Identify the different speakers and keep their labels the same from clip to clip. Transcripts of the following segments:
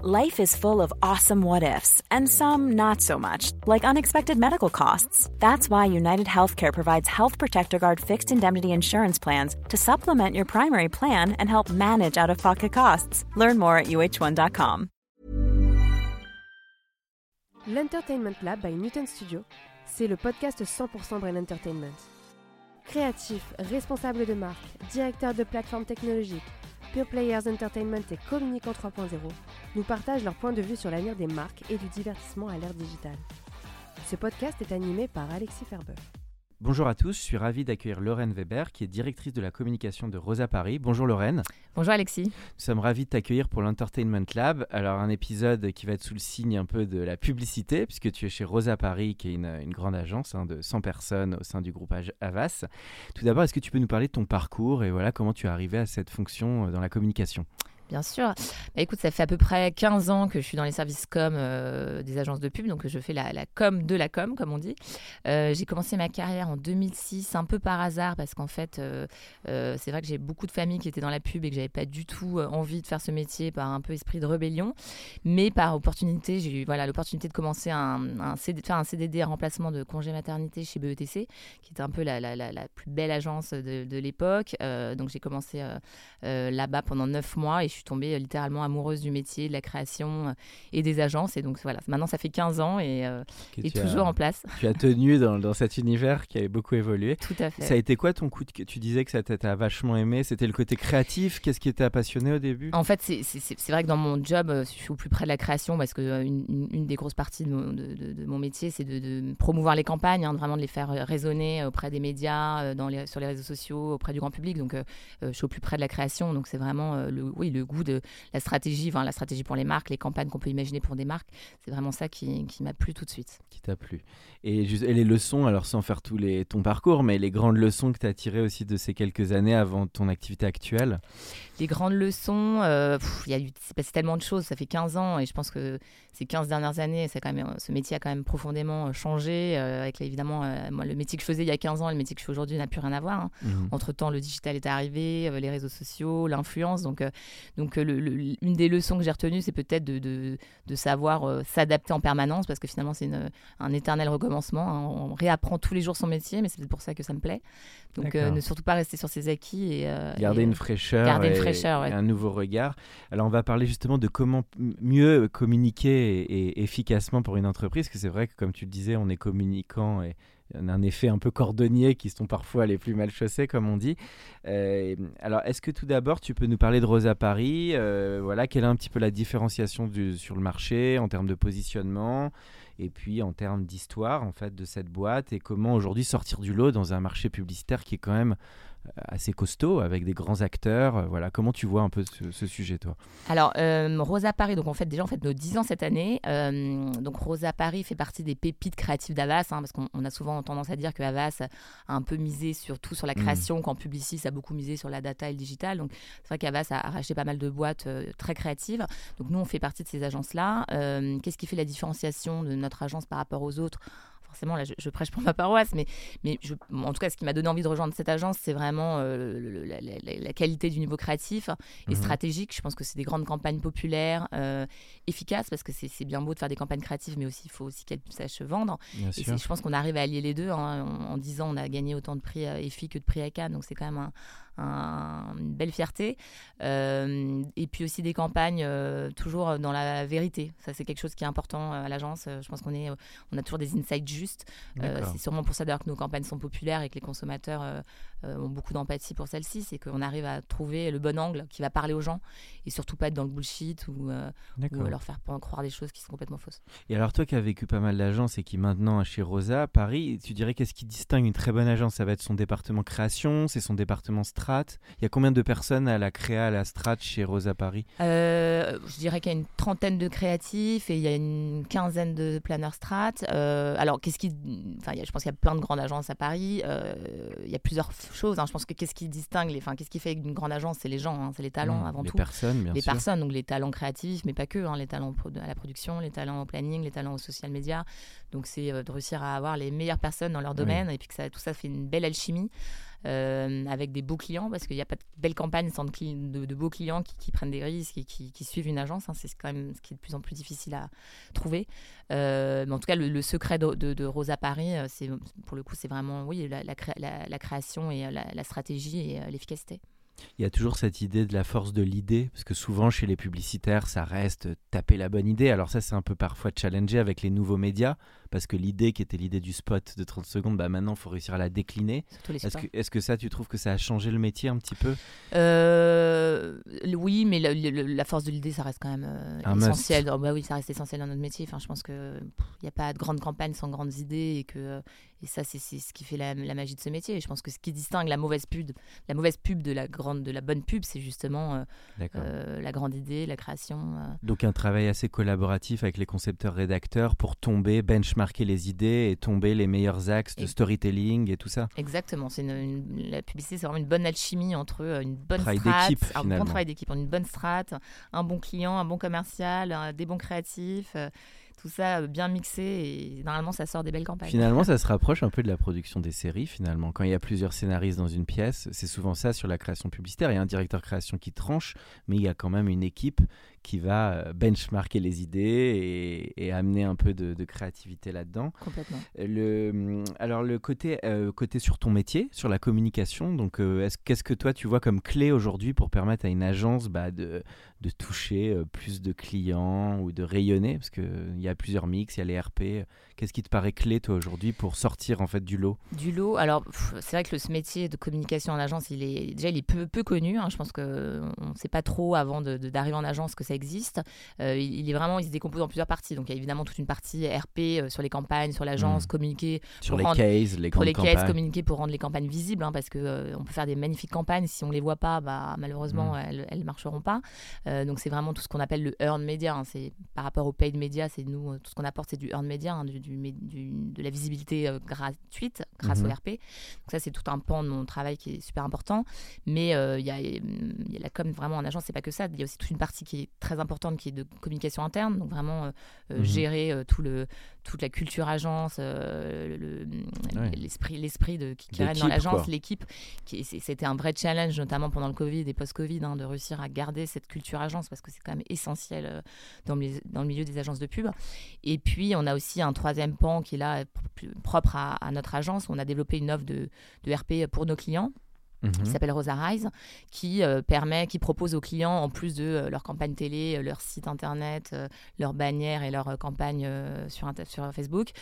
Speaker 1: Life is full of awesome what-ifs, and some not so much, like unexpected medical costs. That's why United Healthcare provides Health Protector Guard fixed indemnity insurance plans to supplement your primary plan and help manage out-of-pocket costs. Learn more at uh1.com.
Speaker 2: L'Entertainment Lab by Newton Studio, c'est le podcast 100% Brain Entertainment. Créatifs, responsables de marque, directeurs de plateformes technologiques, Pure Players Entertainment et Communicant 3.0 nous partagent leur point de vue sur l'avenir des marques et du divertissement à l'ère digitale. Ce podcast est animé par Alexis Ferber.
Speaker 3: Bonjour à tous, je suis ravi d'accueillir Lorraine Weber, qui est directrice de la communication de Rosa Paris. Bonjour Lorraine.
Speaker 4: Bonjour Alexis.
Speaker 3: Nous sommes ravis de t'accueillir pour l'Entertainment Lab. Alors un épisode qui va être sous le signe un peu de la publicité, puisque tu es chez Rosa Paris, qui est une grande agence de 100 personnes au sein du groupe Havas. Tout d'abord, est-ce que tu peux nous parler de ton parcours et voilà comment tu es arrivé à cette fonction dans la communication ?
Speaker 4: Bien sûr. Écoute, ça fait à peu près 15 ans que je suis dans les services com des agences de pub, donc je fais la com de la com, comme on dit. J'ai commencé ma carrière en 2006, un peu par hasard, parce qu'en fait, c'est vrai que j'ai beaucoup de familles qui étaient dans la pub et que j'avais pas du tout envie de faire ce métier par un peu esprit de rébellion. Mais par opportunité, j'ai eu l'opportunité de commencer faire un CDD à remplacement de congé maternité chez BETC, qui était un peu la plus belle agence de l'époque. Donc j'ai commencé là-bas pendant 9 mois et je suis tombée littéralement amoureuse du métier, de la création et des agences. Et donc voilà, maintenant ça fait 15 ans et toujours en place.
Speaker 3: Tu as tenu dans cet univers qui avait beaucoup évolué.
Speaker 4: Tout à fait.
Speaker 3: Ça a été quoi ton coup tu disais que ça t'a vachement aimé. C'était le côté créatif. Qu'est-ce qui t'a passionné au début ?
Speaker 4: En fait, c'est vrai que dans mon job, je suis au plus près de la création parce que une des grosses parties de mon métier, c'est de promouvoir les campagnes, vraiment de les faire résonner auprès des médias, sur les réseaux sociaux, auprès du grand public. Donc je suis au plus près de la création. Donc c'est vraiment le goût de la stratégie pour les marques, les campagnes qu'on peut imaginer pour des marques. C'est vraiment ça qui m'a plu tout de suite.
Speaker 3: Qui t'a plu. Et les leçons, alors sans faire ton parcours, mais les grandes leçons que tu as tirées aussi de ces quelques années avant ton activité actuelle ?
Speaker 4: Les grandes leçons, c'est passé tellement de choses, ça fait 15 ans et je pense que ces 15 dernières années, ce métier a quand même profondément changé. Avec évidemment, moi, le métier que je faisais il y a 15 ans et le métier que je fais aujourd'hui n'a plus rien à voir. Entre-temps, le digital est arrivé, les réseaux sociaux, l'influence. Donc une des leçons que j'ai retenues, c'est peut-être de savoir s'adapter en permanence parce que finalement, c'est un éternel recommencement. On réapprend tous les jours son métier, mais c'est peut-être pour ça que ça me plaît. Donc ne surtout pas rester sur ses acquis et
Speaker 3: garder une fraîcheur et un nouveau regard. Alors on va parler justement de comment mieux communiquer et efficacement pour une entreprise, parce que c'est vrai que comme tu le disais, on est communicant et on a un effet un peu cordonnier qui sont parfois les plus mal chaussés, comme on dit. Alors, est-ce que tout d'abord, tu peux nous parler de Rosa Paris ? Quelle est un petit peu la différenciation sur le marché en termes de positionnement et puis en termes d'histoire en fait, de cette boîte et comment aujourd'hui sortir du lot dans un marché publicitaire qui est quand même assez costaud avec des grands acteurs. Comment tu vois un peu ce sujet, toi ?
Speaker 4: Alors, Rosa Paris, donc on fête nos 10 ans cette année. Donc Rosa Paris fait partie des pépites créatives d'Havas, parce qu'on a souvent tendance à dire que Havas a un peu misé surtout sur la création, quand Publicis a beaucoup misé sur la data et le digital. Donc c'est vrai qu'Havas a racheté pas mal de boîtes très créatives. Donc nous, on fait partie de ces agences-là. Qu'est-ce qui fait la différenciation de notre agence par rapport aux autres ? Forcément, là, je prêche pour ma paroisse, mais en tout cas, ce qui m'a donné envie de rejoindre cette agence, c'est vraiment la qualité du niveau créatif et stratégique. Je pense que c'est des grandes campagnes populaires, efficaces, parce que c'est bien beau de faire des campagnes créatives, mais aussi il faut aussi qu'elles sachent se vendre. Je pense qu'on arrive à allier les deux. En 10 ans, on a gagné autant de prix EFI que de prix ACA, donc c'est quand même une belle fierté. Et puis aussi des campagnes toujours dans la vérité. Ça, c'est quelque chose qui est important à l'agence. Je pense qu'on a toujours des insights justes. C'est sûrement pour ça d'ailleurs que nos campagnes sont populaires et que les consommateurs ont beaucoup d'empathie pour celles-ci. C'est qu'on arrive à trouver le bon angle qui va parler aux gens et surtout pas être dans le bullshit ou leur faire croire des choses qui sont complètement fausses.
Speaker 3: Et alors toi qui as vécu pas mal d'agences et qui maintenant chez Rosa Paris, tu dirais qu'est-ce qui distingue une très bonne agence ? Ça va être son département création, c'est son département strat. Il y a combien de personnes à la créa, à la strat chez Rosa Paris ?
Speaker 4: Je dirais qu'il y a une trentaine de créatifs et il y a une quinzaine de planeurs strat. Alors je pense qu'il y a plein de grandes agences à Paris. Il y a plusieurs choses. Je pense que qu'est-ce qui distingue, qu'est-ce qui fait une grande agence, c'est les gens, c'est les talents avant tout.
Speaker 3: Les personnes, bien sûr.
Speaker 4: Les personnes, donc les talents créatifs, mais pas que. Les talents à la production, les talents au planning, les talents au social media. Donc c'est de réussir à avoir les meilleures personnes dans leur domaine et puis que tout ça fait une belle alchimie. avec des beaux clients, parce qu'il n'y a pas de belle campagne sans de beaux clients qui prennent des risques et qui suivent une agence. C'est quand même ce qui est de plus en plus difficile à trouver. Mais en tout cas, le secret de Rosa Paris, pour le coup, c'est vraiment la création et la stratégie et l'efficacité.
Speaker 3: Il y a toujours cette idée de la force de l'idée, parce que souvent chez les publicitaires, ça reste taper la bonne idée. Alors ça, c'est un peu parfois challengé avec les nouveaux médias, parce que l'idée qui était l'idée du spot de 30 secondes, maintenant, il faut réussir à la décliner. Est-ce que ça, tu trouves que ça a changé le métier un petit peu ?
Speaker 4: Oui, mais la force de l'idée, ça reste quand même essentiel. Oui, ça reste essentiel dans notre métier. Enfin, je pense qu'il n'y a pas de grande campagne sans grandes idées et ça, c'est ce qui fait la magie de ce métier. Et je pense que ce qui distingue la mauvaise pub de la bonne pub, c'est justement la grande idée, la création.
Speaker 3: Donc un travail assez collaboratif avec les concepteurs-rédacteurs pour benchmarker les idées et tomber les meilleurs axes de storytelling et tout ça.
Speaker 4: Exactement. La publicité, c'est vraiment une bonne alchimie entre une bonne
Speaker 3: bon travail d'équipe,
Speaker 4: une bonne strat, un bon client, un bon commercial, des bons créatifs. Tout ça bien mixé et normalement ça sort des belles campagnes.
Speaker 3: Finalement ça se rapproche un peu de la production des séries finalement. Quand il y a plusieurs scénaristes dans une pièce, c'est souvent ça sur la création publicitaire. Il y a un directeur création qui tranche, mais il y a quand même une équipe qui va benchmarker les idées et amener un peu de créativité là-dedans.
Speaker 4: Complètement.
Speaker 3: Alors le côté sur ton métier, sur la communication, donc qu'est-ce que toi tu vois comme clé aujourd'hui pour permettre à une agence de toucher plus de clients ou de rayonner, parce qu'il y a plusieurs mix, il y a les RP. Qu'est-ce qui te paraît clé toi aujourd'hui pour sortir en fait du lot ?
Speaker 4: Alors c'est vrai que ce métier de communication en agence, il est peu connu. Je pense qu'on ne sait pas trop avant d'arriver en agence que ça existe. Il se décompose en plusieurs parties. Donc il y a évidemment toute une partie RP sur les campagnes, sur l'agence, communiquer
Speaker 3: sur les cases, les grandes campagnes.
Speaker 4: Communiquer pour rendre les campagnes visibles, parce que on peut faire des magnifiques campagnes, si on les voit pas, malheureusement elles marcheront pas. Donc c'est vraiment tout ce qu'on appelle le earned media. C'est par rapport au paid media, c'est nous tout ce qu'on apporte, c'est du earned media, de la visibilité gratuite grâce au RP. Donc ça c'est tout un pan de mon travail qui est super important. Mais il y a la com vraiment en agence, c'est pas que ça. Il y a aussi toute une partie qui est très importante, qui est de communication interne. Donc vraiment gérer toute la culture agence, l'esprit qui règne dans l'agence, l'équipe. C'était un vrai challenge, notamment pendant le Covid et post-Covid, de réussir à garder cette culture agence, parce que c'est quand même essentiel dans le milieu des agences de pub. Et puis, on a aussi un troisième pan qui est là, propre à notre agence. On a développé une offre de RP pour nos clients, qui s'appelle Rosa Rise, qui propose aux clients, en plus de leur campagne télé, leur site internet, leur bannière et leur campagne sur Facebook,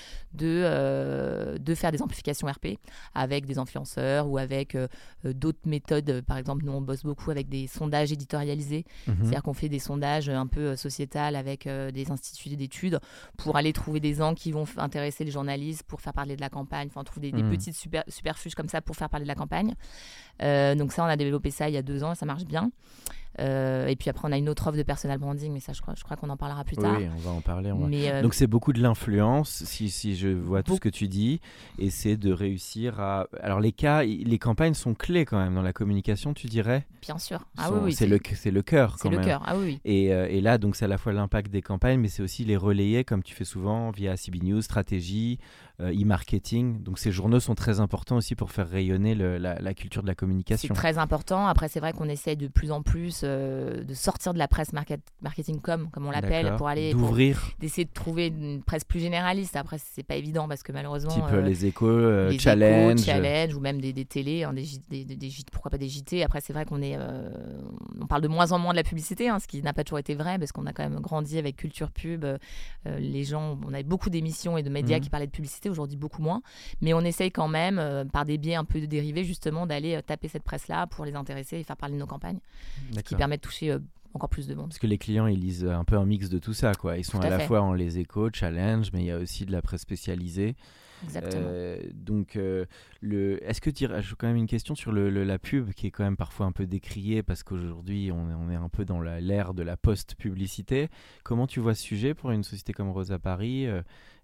Speaker 4: de faire des amplifications RP avec des influenceurs ou avec d'autres méthodes. Par exemple, nous on bosse beaucoup avec des sondages éditorialisés, c'est-à-dire qu'on fait des sondages un peu sociétal avec des instituts d'études pour aller trouver des angles qui vont intéresser les journalistes pour faire parler de la campagne. Enfin, on trouve des petites superfuges comme ça pour faire parler de la campagne. Donc ça, on a développé ça il y a 2 ans et ça marche bien. Et puis après, on a une autre offre de personal branding, mais ça, je crois qu'on en parlera plus tard.
Speaker 3: Oui, on va en parler. Donc c'est beaucoup de l'influence, si je vois tout ce que tu dis, et c'est de réussir à... Alors les campagnes sont clés quand même dans la communication, tu dirais ?
Speaker 4: Bien sûr.
Speaker 3: C'est le cœur quand même.
Speaker 4: C'est le cœur, oui.
Speaker 3: Et là, donc c'est à la fois l'impact des campagnes, mais c'est aussi les relayer, comme tu fais souvent, via CB News, stratégie, e-marketing. Donc ces journaux sont très importants aussi pour faire rayonner la culture de la communication.
Speaker 4: C'est très important. Après, c'est vrai qu'on essaie de plus en plus de sortir de la presse marketing comme on l'appelle, pour d'essayer de trouver une presse plus généraliste. Après, c'est pas évident parce que malheureusement...
Speaker 3: Type les échos, challenge,
Speaker 4: ou même des télés, des JT, pourquoi pas des JT. Après, c'est vrai qu'on on parle de moins en moins de la publicité, ce qui n'a pas toujours été vrai parce qu'on a quand même grandi avec culture pub. Les gens, on avait beaucoup d'émissions et de médias qui parlaient de publicité, aujourd'hui beaucoup moins. Mais on essaye quand même, par des biais un peu dérivés, justement, d'aller taper cette presse-là pour les intéresser et faire parler de nos campagnes. Ce qui permet de toucher encore plus de monde.
Speaker 3: Parce que les clients, ils lisent un peu un mix de tout ça, quoi. Ils sont à la fois en les échos, challenge, mais il y a aussi de la presse spécialisée.
Speaker 4: Exactement.
Speaker 3: Donc, est-ce que j'ai quand même une question sur la pub qui est quand même parfois un peu décriée parce qu'aujourd'hui on est un peu dans l'ère de la post-publicité. Comment tu vois ce sujet pour une société comme Rosa Paris ?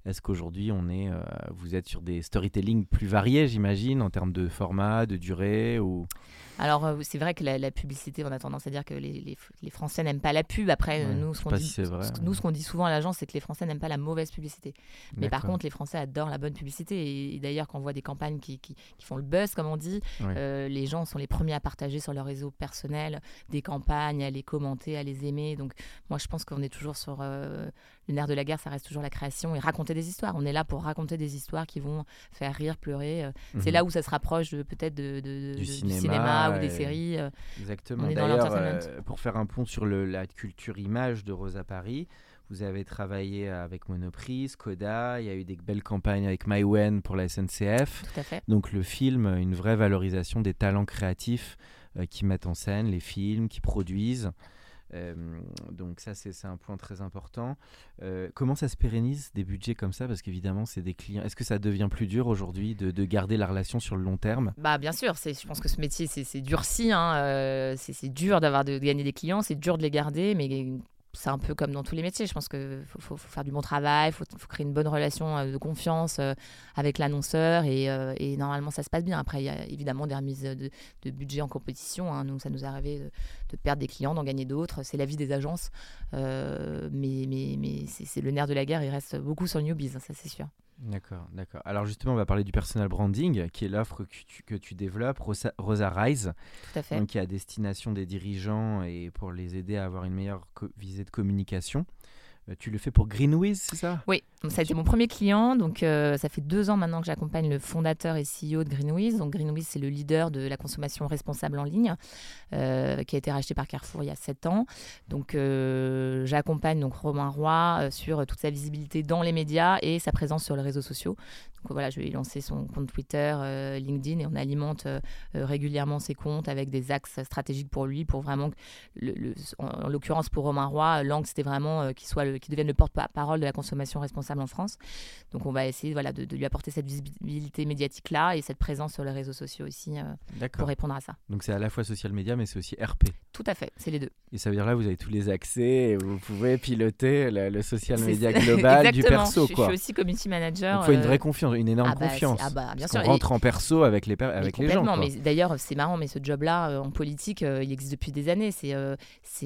Speaker 3: Est-ce qu'aujourd'hui, vous êtes sur des storytelling plus variés, j'imagine, en termes de format, de durée ou...
Speaker 4: Alors, c'est vrai que la publicité, on a tendance à dire que les Français n'aiment pas la pub. Après, nous, ce qu'on dit souvent à l'agence, c'est que les Français n'aiment pas la mauvaise publicité. Mais par contre, les Français adorent la bonne publicité. Et d'ailleurs, quand on voit des campagnes qui font le buzz, comme on dit, les gens sont les premiers à partager sur leur réseau personnel des campagnes, à les commenter, à les aimer. Donc, moi, je pense qu'on est toujours sur... le nerf de la guerre, ça reste toujours la création et raconter des histoires. On est là pour raconter des histoires qui vont faire rire, pleurer. C'est là où ça se rapproche peut-être du cinéma ou des séries.
Speaker 3: Exactement. D'ailleurs, pour faire un pont sur la culture image de Rosa Paris, vous avez travaillé avec Monoprix, Skoda, il y a eu des belles campagnes avec Maïwen pour la SNCF.
Speaker 4: Tout à fait.
Speaker 3: Donc le film, une vraie valorisation des talents créatifs qui mettent en scène les films, qui produisent. Donc ça c'est un point très important. Comment ça se pérennise des budgets comme ça, parce qu'évidemment c'est des clients. Est-ce que ça devient plus dur aujourd'hui de garder la relation sur le long terme?
Speaker 4: Bien sûr, je pense que ce métier c'est durci, c'est dur de gagner des clients, c'est dur de les garder, mais c'est un peu comme dans tous les métiers. Je pense qu'il faut faire du bon travail, il faut créer une bonne relation de confiance avec l'annonceur et normalement ça se passe bien. Après il y a évidemment des remises de budget en compétition, Nous, ça nous est arrivé de perdre des clients, d'en gagner d'autres. C'est la vie des agences, mais c'est le nerf de la guerre, il reste beaucoup sur le newbies, ça c'est sûr.
Speaker 3: D'accord. Alors justement, on va parler du personal branding, qui est l'offre que tu développes, Rosa Rise.
Speaker 4: Tout à fait.
Speaker 3: Donc, qui est à destination des dirigeants et pour les aider à avoir une meilleure visée de communication. Tu le fais pour Greenwiz, c'est ça?
Speaker 4: Oui, ça a été mon premier client. Donc, ça fait 2 ans maintenant que j'accompagne le fondateur et CEO de Greenwiz. Donc, Greenwiz, c'est le leader de la consommation responsable en ligne, qui a été racheté par Carrefour il y a 7 ans. Donc, j'accompagne Romain Roy sur toute sa visibilité dans les médias et sa présence sur les réseaux sociaux. Donc, voilà, je vais lancer son compte Twitter, LinkedIn, et on alimente régulièrement ses comptes avec des axes stratégiques pour lui, pour vraiment, en l'occurrence pour Romain Roy, l'angle, c'était vraiment qu'il devienne le porte-parole de la consommation responsable en France. Donc on va essayer de lui apporter cette visibilité médiatique-là et cette présence sur les réseaux sociaux aussi pour répondre à ça.
Speaker 3: Donc c'est à la fois social media mais c'est aussi RP.
Speaker 4: Tout à fait, c'est les deux.
Speaker 3: Et ça veut dire là vous avez tous les accès et vous pouvez piloter le social media global du perso.
Speaker 4: Je suis aussi community manager.
Speaker 3: Il faut une vraie confiance, une énorme confiance.
Speaker 4: Bien sûr.
Speaker 3: On rentre en perso avec les gens.
Speaker 4: Mais d'ailleurs c'est marrant, mais ce job-là en politique, il existe depuis des années. Ça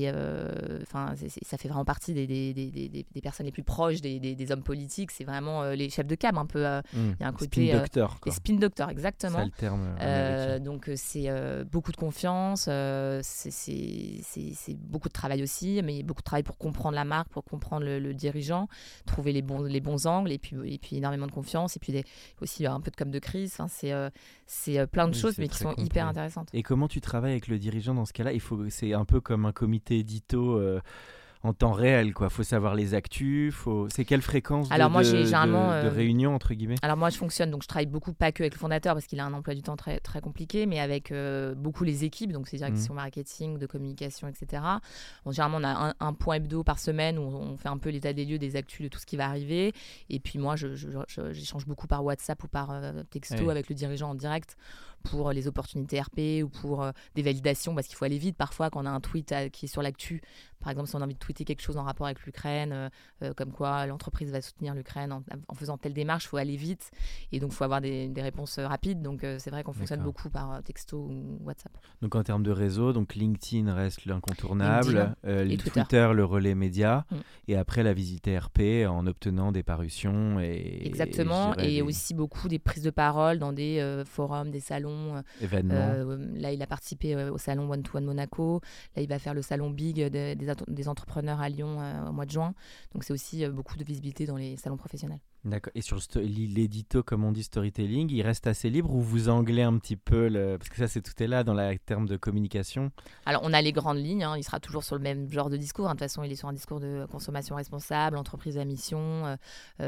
Speaker 4: fait vraiment partie des personnes les plus proches des hommes politiques. C'est vraiment les chefs de cam un peu. Il y a un côté
Speaker 3: spin doctor.
Speaker 4: Les spin doctors, exactement.
Speaker 3: C'est le terme.
Speaker 4: Donc c'est beaucoup de confiance. C'est beaucoup de travail aussi, mais beaucoup de travail pour comprendre la marque, pour comprendre le dirigeant, trouver les bons angles, et puis énormément de confiance, et puis aussi un peu de com de crise. C'est plein de choses, mais qui sont hyper intéressantes.
Speaker 3: Et comment tu travailles avec le dirigeant dans ce cas-là? C'est un peu comme un comité édito en temps réel, quoi. Faut savoir les actus, c'est quelle fréquence de réunion, entre guillemets? Alors moi, je fonctionne, donc je travaille beaucoup, pas que avec le fondateur, parce qu'il a un emploi du temps très, très compliqué, mais avec beaucoup les équipes, donc c'est direction marketing, de communication, etc. Généralement, on a un point hebdo par semaine où on fait un peu l'état des lieux, des actus, de tout ce qui va arriver. Et puis moi, j'échange beaucoup par WhatsApp ou par texto avec le dirigeant en direct pour les opportunités RP ou pour des validations, parce qu'il faut aller vite parfois quand on a un tweet qui est sur l'actu. Par exemple, si on a envie de tweeter quelque chose en rapport avec l'Ukraine, comme quoi l'entreprise va soutenir l'Ukraine en faisant telle démarche, il faut aller vite. Et donc, il faut avoir des réponses rapides. Donc, c'est vrai qu'on fonctionne beaucoup par texto ou WhatsApp. Donc, en termes de réseau, donc LinkedIn reste l'incontournable. Twitter, le relais média. Et après, la visite RP en obtenant des parutions. Exactement. Et aussi beaucoup des prises de parole dans des forums, des salons. Événements. Là, il a participé au salon One to One Monaco. Là, il va faire le salon Big des entrepreneurs à Lyon au mois de juin. Donc, c'est aussi beaucoup de visibilité dans les salons professionnels. D'accord. Et sur l'édito, comme on dit, storytelling, il reste assez libre ou vous anglez un petit peu parce que ça, tout est là dans le terme de communication? Alors, on a les grandes lignes. Il sera toujours sur le même genre de discours. De toute façon, il est sur un discours de consommation responsable, entreprise à mission. Il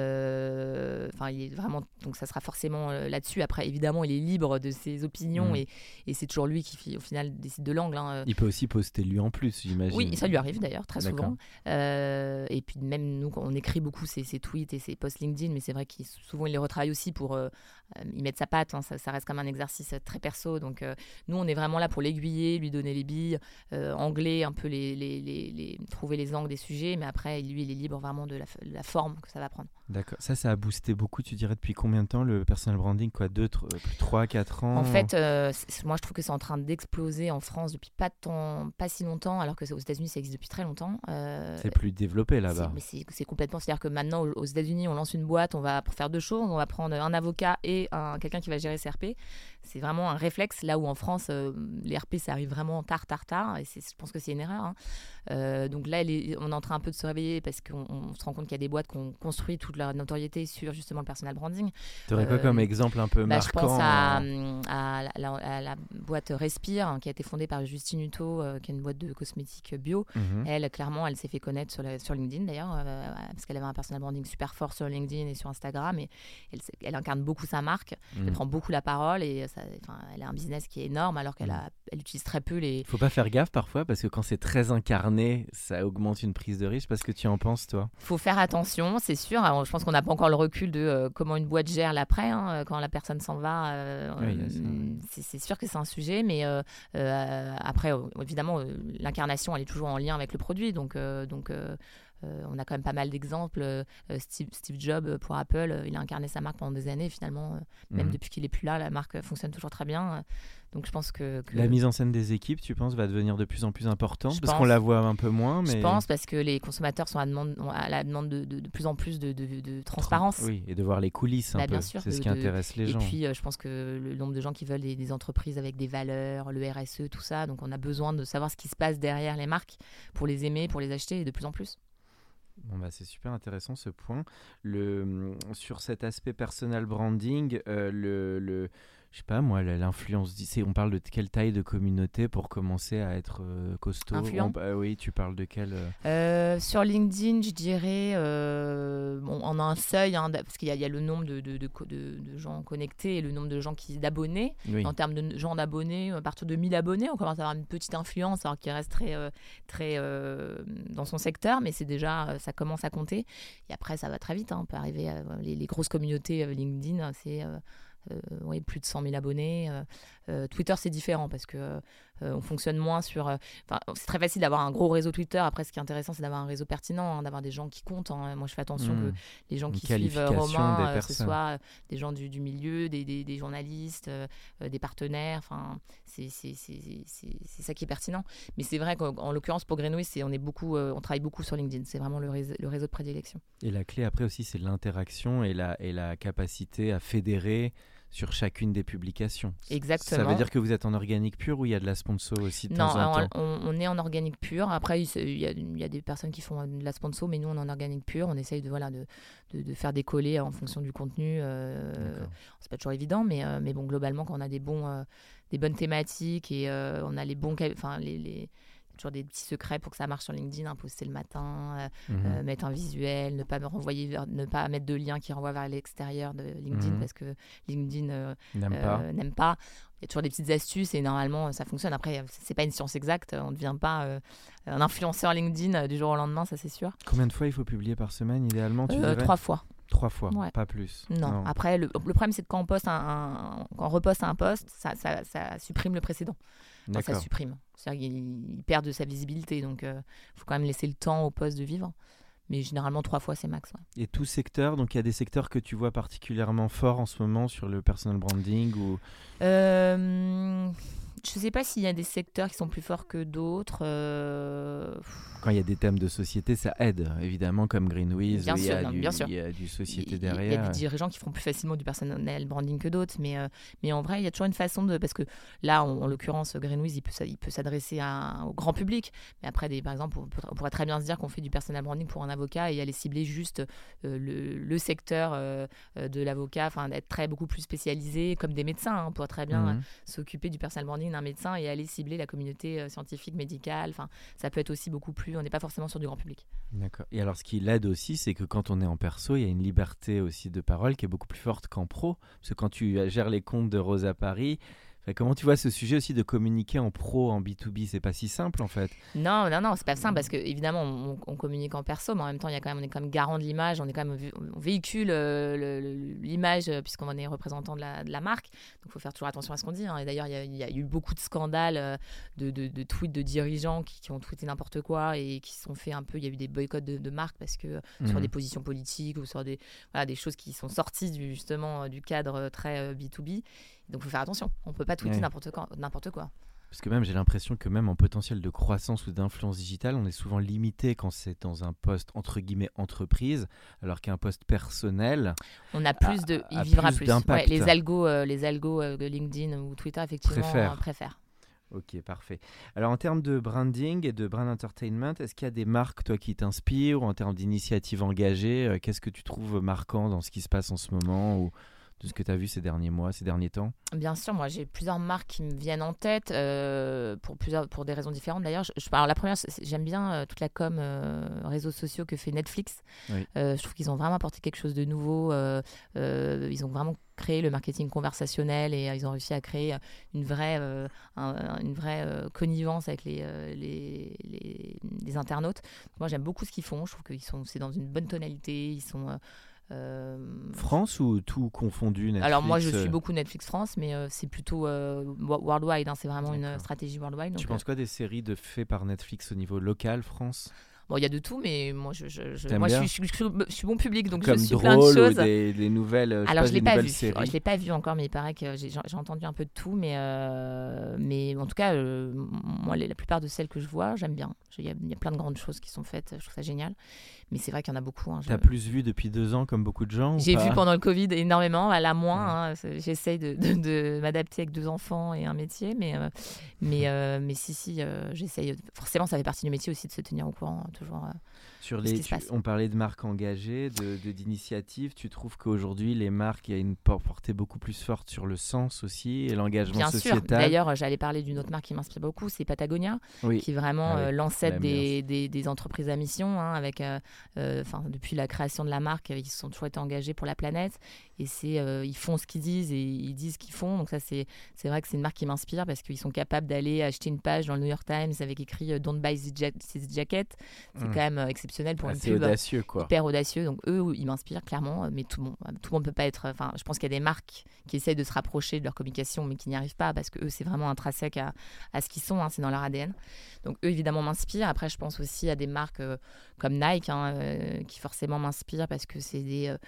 Speaker 3: est vraiment... Donc, ça sera forcément là-dessus. Après, évidemment, il est libre de ses opinions et c'est toujours lui qui, au final, décide de l'angle. Il peut aussi poster lui en plus, j'imagine. Oui, ça lui arrive d'ailleurs, très souvent.
Speaker 4: et puis même nous, on écrit beaucoup ses tweets et ses posts LinkedIn, mais c'est vrai qu'il souvent il les retravaille aussi pour y mettre sa patte. Hein, ça reste comme un exercice très perso. Donc nous, on est vraiment là pour l'aiguiller, lui donner les billes, angler un peu trouver les angles des sujets, mais après, lui, il est libre vraiment de la forme que ça va prendre.
Speaker 3: D'accord. Ça a boosté beaucoup, tu dirais, depuis combien de temps le personal branding, quoi, 3, 4 ans?
Speaker 4: En fait, moi, je trouve que c'est en train d'exploser en France depuis pas si longtemps, alors que aux États-Unis, ça existe depuis très longtemps.
Speaker 3: C'est plus développé là-bas.
Speaker 4: C'est complètement. C'est-à-dire que maintenant, aux États-Unis, on lance une boîte, on va faire 2 choses. On va prendre un avocat et quelqu'un qui va gérer ses RP. C'est vraiment un réflexe, là où en France, les RP, ça arrive vraiment tard. Et je pense que c'est une erreur. Hein. Donc là, on est en train un peu de se réveiller parce qu'on se rend compte qu'il y a des boîtes qui ont construit toute leur notoriété sur justement le personal branding.
Speaker 3: Tu aurais quoi comme exemple un peu marquant?
Speaker 4: Je pense à la boîte Respire, hein, qui a été fondée par Justine Hutto, qui est une boîte de cosmétiques bio. Elle, clairement, elle s'est fait connaître sur LinkedIn d'ailleurs, parce qu'elle avait un personal branding super fort sur LinkedIn et sur Instagram. Et elle incarne beaucoup sa marque, elle prend beaucoup la parole et elle a un business qui est énorme alors qu'elle utilise très peu les...
Speaker 3: Faut pas faire gaffe parfois parce que quand c'est très incarné, ça augmente une prise de risque. Parce que tu en penses, toi?
Speaker 4: Faut faire attention, c'est sûr. Alors, je pense qu'on n'a pas encore le recul de comment une boîte gère l'après, hein, quand la personne s'en va. C'est sûr que c'est un sujet, mais après, évidemment, l'incarnation, elle est toujours en lien avec le produit. Donc on a quand même pas mal d'exemples. Steve Jobs pour Apple, il a incarné sa marque pendant des années. Finalement, même depuis qu'il est plus là, la marque fonctionne toujours très bien. Donc je pense que...
Speaker 3: La mise en scène des équipes, tu penses, va devenir de plus en plus importante parce qu'on la voit un peu moins. Mais...
Speaker 4: Je pense parce que les consommateurs sont à la demande de plus en plus de transparence.
Speaker 3: Oui, et de voir les coulisses un peu.
Speaker 4: Bien sûr,
Speaker 3: c'est ce qui intéresse les gens.
Speaker 4: Et puis je pense que le nombre de gens qui veulent des entreprises avec des valeurs, le RSE, tout ça, donc on a besoin de savoir ce qui se passe derrière les marques pour les aimer, pour les acheter et de plus en plus.
Speaker 3: Bon bah c'est super intéressant ce point. Sur cet aspect personal branding, je sais pas moi, l'influence, on parle de quelle taille de communauté pour commencer à être costaud?
Speaker 4: Influent.
Speaker 3: Oui, tu parles de quelle
Speaker 4: Sur LinkedIn, je dirais, on a un seuil, hein, parce qu'il y a le nombre de gens connectés et le nombre de gens d'abonnés.
Speaker 3: Oui.
Speaker 4: En termes de gens d'abonnés, à partir de 1000 abonnés, on commence à avoir une petite influence, alors qu'il reste très dans son secteur, mais c'est déjà, ça commence à compter. Et après, ça va très vite, hein, on peut arriver à les grosses communautés LinkedIn, c'est... plus de 100 000 abonnés. Twitter, c'est différent parce que on fonctionne moins sur... c'est très facile d'avoir un gros réseau Twitter. Après, ce qui est intéressant, c'est d'avoir un réseau pertinent, hein, d'avoir des gens qui comptent. Hein. Moi, je fais attention que les gens qui suivent Romain, ce soit des gens du milieu, des journalistes, des partenaires. C'est ça qui est pertinent. Mais c'est vrai qu'en l'occurrence, pour Greenwiz, on travaille beaucoup sur LinkedIn. C'est vraiment le réseau de prédilection.
Speaker 3: Et la clé, après aussi, c'est l'interaction et la capacité à fédérer sur chacune des publications.
Speaker 4: Exactement.
Speaker 3: Ça veut dire que vous êtes en organique pur ou il y a de la sponsor aussi de temps en temps?
Speaker 4: On est en organique pur. Après, il y a des personnes qui font de la sponsor, mais nous, on est en organique pur. On essaye de faire décoller en fonction du contenu. C'est pas toujours évident, mais bon, globalement, quand on a des bonnes thématiques et on a les bons... toujours des petits secrets pour que ça marche sur LinkedIn, hein, poster le matin, mettre un visuel, ne pas mettre de lien qui renvoie vers l'extérieur de LinkedIn parce que LinkedIn n'aime pas. Il y a toujours des petites astuces et normalement ça fonctionne. Après, c'est pas une science exacte, on ne devient pas un influenceur LinkedIn du jour au lendemain, ça c'est sûr.
Speaker 3: Combien de fois il faut publier par semaine idéalement, tu dirais?
Speaker 4: 3 fois.
Speaker 3: 3 fois,
Speaker 4: ouais.
Speaker 3: Pas plus.
Speaker 4: Non. Après, le problème c'est que quand on reposte un post, ça supprime le précédent. Ça supprime. C'est-à-dire qu'il perd de sa visibilité. Donc, il faut quand même laisser le temps au poste de vivre. Mais généralement, 3 fois, c'est max. Ouais.
Speaker 3: Et tout secteur, donc il y a des secteurs que tu vois particulièrement forts en ce moment sur le personal branding ou...
Speaker 4: Je ne sais pas s'il y a des secteurs qui sont plus forts que d'autres.
Speaker 3: Quand il y a des thèmes de société, ça aide, évidemment, comme Greenwiz.
Speaker 4: Bien sûr.
Speaker 3: Il y a du société derrière.
Speaker 4: Il y a des dirigeants qui feront plus facilement du personal branding que d'autres. Mais en vrai, il y a toujours une façon de... Parce que là, en l'occurrence, Greenwiz, il peut s'adresser au grand public. Mais après, par exemple, on pourrait très bien se dire qu'on fait du personal branding pour un avocat et aller cibler juste le secteur de l'avocat, d'être beaucoup plus spécialisé, comme des médecins. Hein. On pourrait très bien s'occuper du personal branding d'un médecin et aller cibler la communauté scientifique, médicale. Ça peut être aussi beaucoup plus... On n'est pas forcément sur du grand public.
Speaker 3: D'accord. Et alors, ce qui l'aide aussi, c'est que quand on est en perso, il y a une liberté aussi de parole qui est beaucoup plus forte qu'en pro. Parce que quand tu gères les comptes de Rosa Paris, Comment tu vois ce sujet aussi de communiquer en pro, en B2B? C'est pas si simple en fait.
Speaker 4: Non, c'est pas simple parce que évidemment on communique en perso, mais en même temps on est quand même garant de l'image, on véhicule l'image puisqu'on est représentant de la marque. Donc il faut faire toujours attention à ce qu'on dit. Et d'ailleurs il y a eu beaucoup de scandales de tweets de dirigeants qui ont tweeté n'importe quoi et qui se sont fait un peu. Il y a eu des boycotts de marques parce que sur des positions politiques ou sur des choses qui sont sorties du cadre très B2B. Donc il faut faire attention, on ne peut pas tweeter n'importe quoi.
Speaker 3: Parce que même j'ai l'impression que même en potentiel de croissance ou d'influence digitale, on est souvent limité quand c'est dans un poste entre guillemets entreprise, alors qu'un poste personnel,
Speaker 4: on a plus il vivra plus. Ouais, les algos de LinkedIn ou Twitter effectivement préfèrent.
Speaker 3: Ok, parfait. Alors en termes de branding et de brand entertainment, est-ce qu'il y a des marques toi qui t'inspirent ou en termes d'initiatives engagées, qu'est-ce que tu trouves marquant dans ce qui se passe en ce moment ou de ce que tu as vu ces derniers mois, ces derniers temps?
Speaker 4: Bien sûr, moi j'ai plusieurs marques qui me viennent en tête pour des raisons différentes d'ailleurs. Alors la première, j'aime bien toute la com réseaux sociaux que fait Netflix. Oui. Je trouve qu'ils ont vraiment apporté quelque chose de nouveau. Ils ont vraiment créé le marketing conversationnel et ils ont réussi à créer une vraie connivence avec les internautes. Moi j'aime beaucoup ce qu'ils font. Je trouve que c'est dans une bonne tonalité. Ils sont
Speaker 3: France ou tout confondu Netflix?
Speaker 4: Alors moi je suis beaucoup Netflix France, mais c'est plutôt worldwide, c'est vraiment une stratégie worldwide.
Speaker 3: Tu penses quoi des séries faites par Netflix au niveau local France?
Speaker 4: Bon, il y a de tout, mais moi je suis bon public, donc
Speaker 3: comme
Speaker 4: je suis plein de choses.
Speaker 3: Ou des nouvelles.
Speaker 4: Alors je l'ai pas vu.
Speaker 3: Séries.
Speaker 4: Je l'ai pas vu encore, mais il paraît que j'ai entendu un peu de tout, mais en tout cas, moi la plupart de celles que je vois, j'aime bien. Il y a plein de grandes choses qui sont faites. Je trouve ça génial. Mais c'est vrai qu'il y en a beaucoup.
Speaker 3: T'as plus vu depuis 2 ans, comme beaucoup de gens?
Speaker 4: J'ai vu pendant le Covid énormément, là moins. J'essaye de m'adapter avec 2 enfants et un métier, mais si, j'essaye. Forcément, ça fait partie du métier aussi de se tenir au courant toujours.
Speaker 3: On parlait de marques engagées, d'initiatives. Tu trouves qu'aujourd'hui, les marques, il y a une portée beaucoup plus forte sur le sens aussi et l'engagement sociétal?
Speaker 4: Bien sûr. D'ailleurs, j'allais parler d'une autre marque qui m'inspire beaucoup, c'est Patagonia, qui est vraiment l'ancêtre des entreprises à mission, avec depuis la création de la marque, ils sont toujours été engagés pour la planète et ils font ce qu'ils disent et ils disent ce qu'ils font. Donc ça, c'est vrai que c'est une marque qui m'inspire parce qu'ils sont capables d'aller acheter une page dans le New York Times avec écrit Don't buy this jacket. C'est quand même exceptionnel pour une pub.
Speaker 3: Audacieux, quoi.
Speaker 4: Hyper audacieux. Donc eux, ils m'inspirent clairement, mais tout le monde peut pas être. Enfin, je pense qu'il y a des marques qui essayent de se rapprocher de leur communication, mais qui n'y arrivent pas parce que eux, c'est vraiment intrinsèque à ce qu'ils sont. C'est dans leur ADN. Donc eux, évidemment, m'inspirent. Après, je pense aussi à des marques comme Nike, qui forcément m'inspirent parce que c'est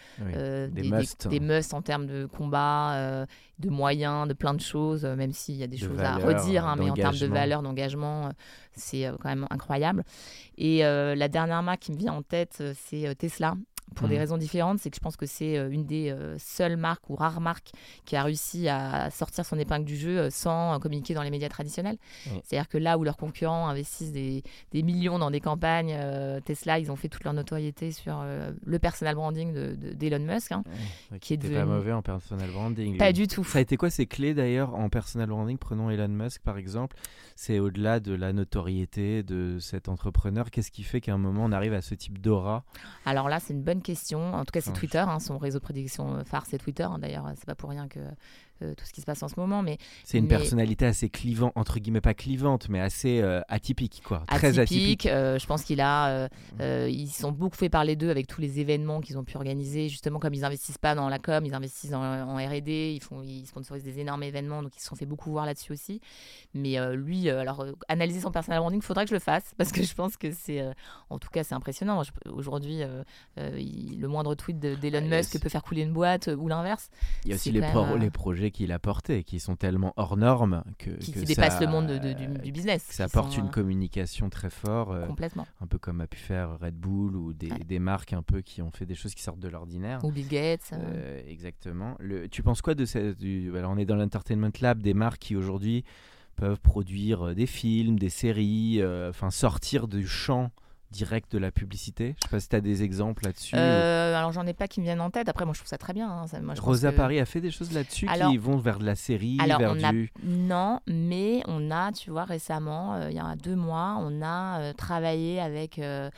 Speaker 4: des musts en termes de combat, de moyens, de plein de choses, même s'il y a des choses à redire, mais en termes de valeur, d'engagement, c'est quand même incroyable. Et la dernière marque qui me vient en tête, c'est Tesla. Pour des raisons différentes, c'est que je pense que c'est une des seules marques ou rares marques qui a réussi à sortir son épingle du jeu sans communiquer dans les médias traditionnels. C'est-à-dire que là où leurs concurrents investissent des millions dans des campagnes, Tesla, ils ont fait toute leur notoriété sur le personal branding d'Elon Musk.
Speaker 3: Qui est pas mauvais en personal branding.
Speaker 4: Pas du tout.
Speaker 3: Ça a été quoi ses clés d'ailleurs en personal branding? Prenons Elon Musk par exemple. C'est au-delà de la notoriété de cet entrepreneur. Qu'est-ce qui fait qu'à un moment on arrive à ce type d'aura?
Speaker 4: Alors là, c'est une bonne question. En tout cas, c'est Twitter. Son réseau de prédiction phare, c'est Twitter. D'ailleurs, c'est pas pour rien que tout ce qui se passe en ce moment.
Speaker 3: C'est une personnalité assez clivante, entre guillemets, pas clivante, mais assez atypique, quoi. Très atypique.
Speaker 4: Je pense ils sont beaucoup fait parler d'eux avec tous les événements qu'ils ont pu organiser. Justement, comme ils investissent pas dans la com, ils investissent en R&D. Ils sponsorisent des énormes événements, donc ils se sont fait beaucoup voir là-dessus aussi. Mais lui, analyser son personal branding, il faudrait que je le fasse parce que je pense que en tout cas, c'est impressionnant. Aujourd'hui, le moindre tweet d'Elon Musk peut faire couler une boîte ou l'inverse.
Speaker 3: Il y a aussi les projets qu'il a portés qui sont tellement hors normes
Speaker 4: qui dépassent le monde du business.
Speaker 3: Ça apporte une communication très forte.
Speaker 4: Complètement.
Speaker 3: Un peu comme a pu faire Red Bull ou des marques un peu qui ont fait des choses qui sortent de l'ordinaire.
Speaker 4: Ou Bill Gates.
Speaker 3: Exactement. Tu penses quoi de alors on est dans l'Entertainment Lab, des marques qui aujourd'hui peuvent produire des films, des séries, sortir du champ direct de la publicité? Je sais pas si tu as des exemples là-dessus.
Speaker 4: Alors j'en ai pas qui me viennent en tête. Après moi je trouve ça très bien.
Speaker 3: Rosa Parry a fait des choses là-dessus qui vont vers de la série,
Speaker 4: Non, mais on a, tu vois, récemment, il y a 2 mois, on a travaillé avec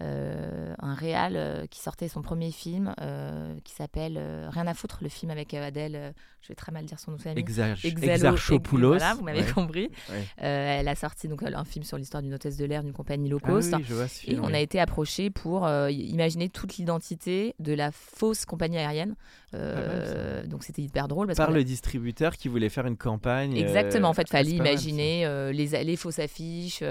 Speaker 4: un réal qui sortait son premier film qui s'appelle Rien à foutre, le film avec Adèle, je vais très mal dire son nom de famille.
Speaker 3: Exarchopoulos.
Speaker 4: Voilà, vous m'avez compris. Ouais. Elle a sorti donc un film sur l'histoire d'une hôtesse de l'air d'une compagnie low cost.
Speaker 3: Ah oui, je vois ce film,
Speaker 4: et on a été approché pour imaginer toute l'identité de la fausse compagnie aérienne. Donc c'était hyper drôle.
Speaker 3: Par le distributeur qui voulait faire une campagne.
Speaker 4: Exactement, en fait, il fallait imaginer les fausses affiches,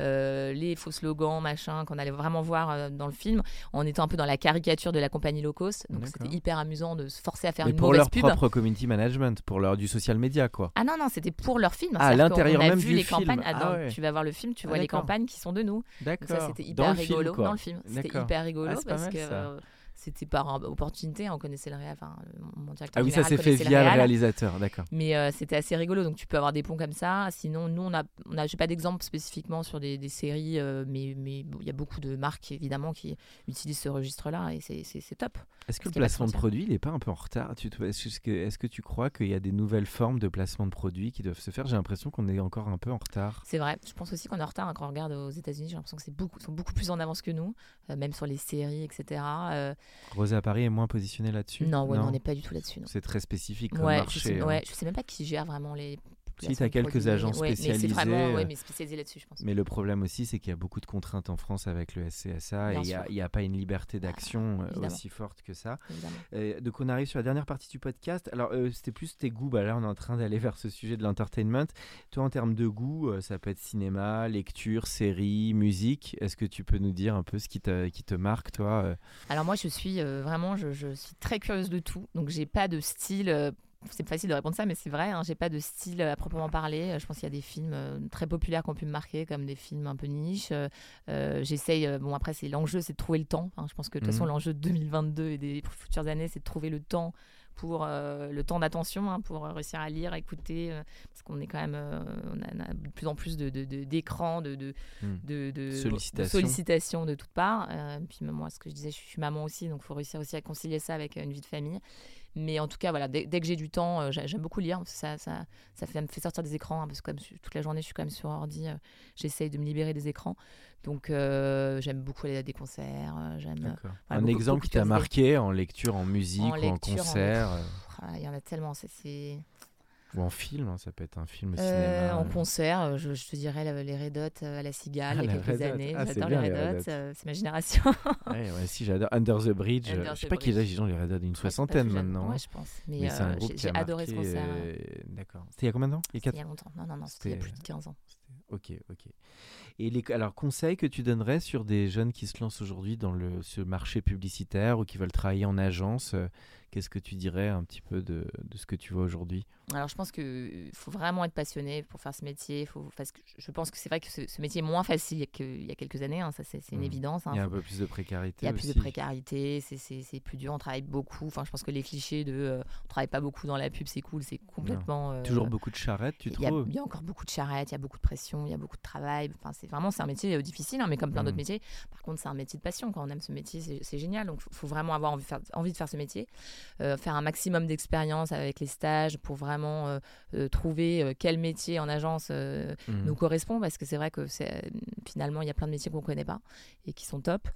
Speaker 4: les faux slogans, machin, qu'on allait vraiment voir dans le film, en étant un peu dans la caricature de la compagnie low cost. Donc c'était hyper amusant de se forcer à faire une mauvaise pub.
Speaker 3: Pour leur propre community management, pour leur du social media, quoi.
Speaker 4: Ah non, c'était pour leur film.
Speaker 3: À l'intérieur même du
Speaker 4: film.
Speaker 3: Campagnes.
Speaker 4: Tu vas voir le film, tu vois les campagnes qui sont de nous.
Speaker 3: D'accord.
Speaker 4: Donc ça, c'était hyper rigolo
Speaker 3: film,
Speaker 4: dans le film. C'était hyper rigolo parce que... C'était par opportunité, on connaissait le réal, mon directeur
Speaker 3: général ça s'est fait via le réalisateur, d'accord.
Speaker 4: Mais c'était assez rigolo, donc tu peux avoir des ponts comme ça. Sinon, nous, j'ai pas d'exemple spécifiquement sur des séries, mais il y a beaucoup de marques, évidemment, qui utilisent ce registre-là, et c'est top.
Speaker 3: Est-ce que le placement de produits, il n'est pas un peu en retard ? Est-ce que tu crois qu'il y a des nouvelles formes de placement de produits qui doivent se faire ? J'ai l'impression qu'on est encore un peu en retard.
Speaker 4: C'est vrai, je pense aussi qu'on est en retard. Quand on regarde aux États-Unis, j'ai l'impression qu'ils sont beaucoup plus en avance que nous, même sur les séries, etc.
Speaker 3: Rosa Paris est moins positionnée là-dessus ?
Speaker 4: Non, on n'est pas du tout là-dessus. Non.
Speaker 3: C'est très spécifique comme marché.
Speaker 4: Je sais même pas qui gère vraiment les...
Speaker 3: Si tu as quelques agences spécialisées.
Speaker 4: Mais c'est vraiment spécialisé là-dessus, je pense.
Speaker 3: Mais le problème aussi, c'est qu'il y a beaucoup de contraintes en France avec le SCSA et il n'y a pas une liberté d'action aussi forte que ça. Donc on arrive sur la dernière partie du podcast. Alors c'était plus tes goûts. Là, on est en train d'aller vers ce sujet de l'entertainment. Toi, en termes de goût, ça peut être cinéma, lecture, série, musique. Est-ce que tu peux nous dire un peu ce qui te marque, toi
Speaker 4: Alors moi, je suis vraiment, je suis très curieuse de tout. Donc j'ai pas de style... C'est facile de répondre ça, mais c'est vrai, j'ai pas de style à proprement parler. Je pense qu'il y a des films très populaires qui ont pu me marquer, comme des films un peu niche. J'essaye, après, l'enjeu, c'est de trouver le temps. Je pense que de toute façon, l'enjeu de 2022 et des futures années, c'est de trouver le temps pour le temps d'attention, pour réussir à lire, à écouter, parce qu'on est quand même, on a de plus en plus d'écrans, de sollicitations de toutes parts. Puis moi, ce que je disais, je suis maman aussi, donc il faut réussir aussi à concilier ça avec une vie de famille. Mais en tout cas, voilà, dès que j'ai du temps, j'aime beaucoup lire. Ça me fait sortir des écrans, parce que comme toute la journée, je suis quand même sur ordi, j'essaye de me libérer des écrans. Donc, j'aime beaucoup aller à des concerts.
Speaker 3: Un exemple qui t'a marqué en lecture, en musique ou en concert
Speaker 4: il y en a tellement.
Speaker 3: Ou en film, ça peut être un film cinéma.
Speaker 4: En concert, je te dirais les Red Hot à la Cigale il y a quelques années. J'adore les Red Hot, c'est ma génération.
Speaker 3: Si, j'adore. Under the Bridge. Je ne sais pas quels âge ils ont, les Red Hot, une soixantaine maintenant.
Speaker 4: Ouais, je pense. Mais
Speaker 3: c'est un groupe qui a marqué.
Speaker 4: J'ai adoré ce concert.
Speaker 3: D'accord. C'était il y a combien de temps ?
Speaker 4: C'était il y a longtemps. Non, c'était il y a plus de 15 ans.
Speaker 3: Ok. Et alors, conseils que tu donnerais sur des jeunes qui se lancent aujourd'hui dans ce marché publicitaire ou qui veulent travailler en agence, qu'est-ce que tu dirais un petit peu de ce que tu vois aujourd'hui ?
Speaker 4: Alors, je pense qu'il faut vraiment être passionné pour faire ce métier. Parce que je pense que c'est vrai que ce métier est moins facile qu'il y a quelques années. Ça, c'est une évidence.
Speaker 3: Il y a un peu plus de précarité.
Speaker 4: Il y a plus de précarité. C'est plus dur. On travaille beaucoup. Je pense que les clichés de on travaille pas beaucoup dans la pub, c'est cool. C'est complètement.
Speaker 3: Toujours beaucoup de charrettes, tu trouves ?
Speaker 4: Il y a encore beaucoup de charrettes. Il y a beaucoup de pression. Il y a beaucoup de travail. C'est un métier difficile, mais comme plein d'autres métiers. Par contre, c'est un métier de passion. Quand on aime ce métier, c'est génial. Donc, il faut vraiment avoir envie de faire ce métier. Faire un maximum d'expérience avec les stages pour vraiment trouver quel métier en agence nous correspond, parce que c'est vrai que finalement il y a plein de métiers qu'on ne connaît pas et qui sont top.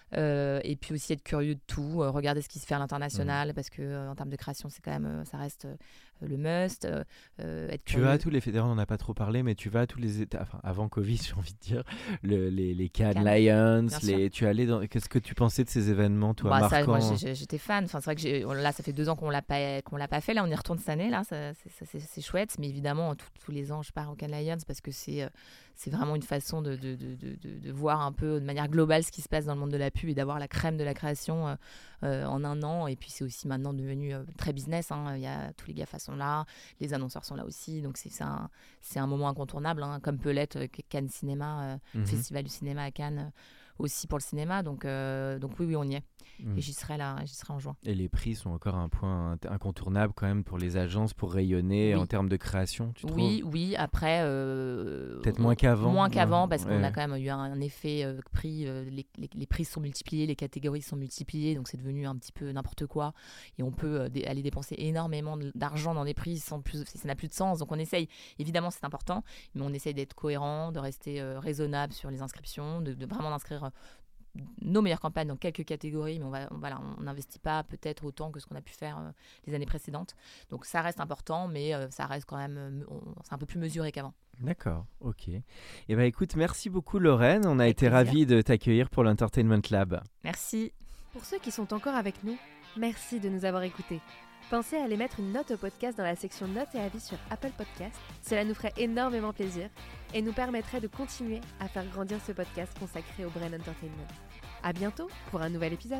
Speaker 4: Et puis aussi être curieux de tout, regarder ce qui se fait à l'international, parce que en termes de création, c'est quand même, ça reste le must.
Speaker 3: Tu vas à tous les fédéraux, on n'en a pas trop parlé, mais tu vas à tous les états, avant Covid, j'ai envie de dire, les Cannes Lions, tu allais dans... Qu'est-ce que tu pensais de ces événements, toi, marquants ?
Speaker 4: Moi, j'étais fan. C'est vrai que là, ça fait 2 ans qu'on l'a pas fait. Là, on y retourne cette année. Là, c'est chouette. Mais évidemment, tous les ans, je pars au Cannes Lions parce que c'est vraiment une façon de voir un peu de manière globale ce qui se passe dans le monde de la pub et d'avoir la crème de la création en un an. Et puis, c'est aussi maintenant devenu très business. Il y a tous les GAFA sont là, les annonceurs sont là aussi. Donc, c'est un moment incontournable, comme peut l'être Cannes Cinéma, Festival du cinéma à Cannes. Aussi pour le cinéma, donc oui, on y est. Et j'y serai en juin.
Speaker 3: Et les prix sont encore un point incontournable quand même pour les agences pour rayonner en termes de création, tu trouves ?
Speaker 4: Oui, après...
Speaker 3: peut-être moins qu'avant.
Speaker 4: Moins qu'avant, parce qu'on a quand même eu un effet prix, les prix sont multipliés, les catégories sont multipliées, donc c'est devenu un petit peu n'importe quoi. Et on peut aller dépenser énormément d'argent dans des prix ça n'a plus de sens. Donc on essaye, évidemment c'est important, mais on essaye d'être cohérent, de rester raisonnable sur les inscriptions, de vraiment inscrire nos meilleures campagnes dans quelques catégories, mais on n'investit pas peut-être autant que ce qu'on a pu faire les années précédentes. Donc ça reste important, mais ça reste quand même, c'est un peu plus mesuré qu'avant.
Speaker 3: D'accord, ok. Eh bien écoute, merci beaucoup Lorraine, on a
Speaker 4: Avec
Speaker 3: été
Speaker 4: plaisir.
Speaker 3: ravis de t'accueillir pour l'Entertainment Lab.
Speaker 4: Merci.
Speaker 2: Pour ceux qui sont encore avec nous, merci de nous avoir écoutés. Pensez à aller mettre une note au podcast dans la section notes et avis sur Apple Podcasts. Cela nous ferait énormément plaisir et nous permettrait de continuer à faire grandir ce podcast consacré au Brain Entertainment. À bientôt pour un nouvel épisode.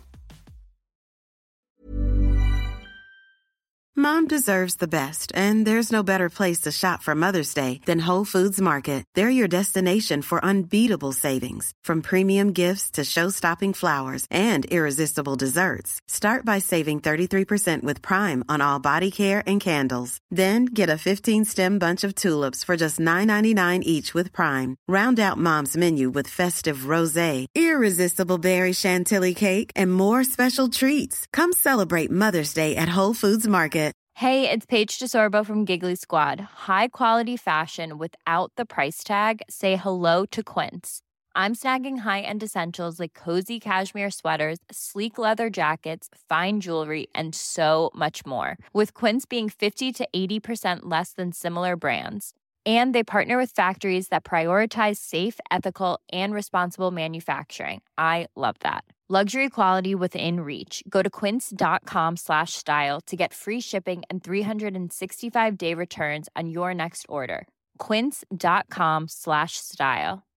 Speaker 5: Mom deserves the best, and there's no better place to shop for Mother's Day than Whole Foods Market. They're your destination for unbeatable savings, from premium gifts to show-stopping flowers and irresistible desserts. Start by saving 33% with Prime on all body care and candles. Then get a 15-stem bunch of tulips for just $9.99 each with Prime. Round out Mom's menu with festive rosé, irresistible berry chantilly cake, and more special treats. Come celebrate Mother's Day at Whole Foods Market.
Speaker 6: Hey, it's Paige DeSorbo from Giggly Squad. High quality fashion without the price tag. Say hello to Quince. I'm snagging high-end essentials like cozy cashmere sweaters, sleek leather jackets, fine jewelry, and so much more. With Quince being 50 to 80% less than similar brands. And they partner with factories that prioritize safe, ethical, and responsible manufacturing. I love that. Luxury quality within reach. Go to quince.com/style to get free shipping and 365-day returns on your next order. Quince.com/style.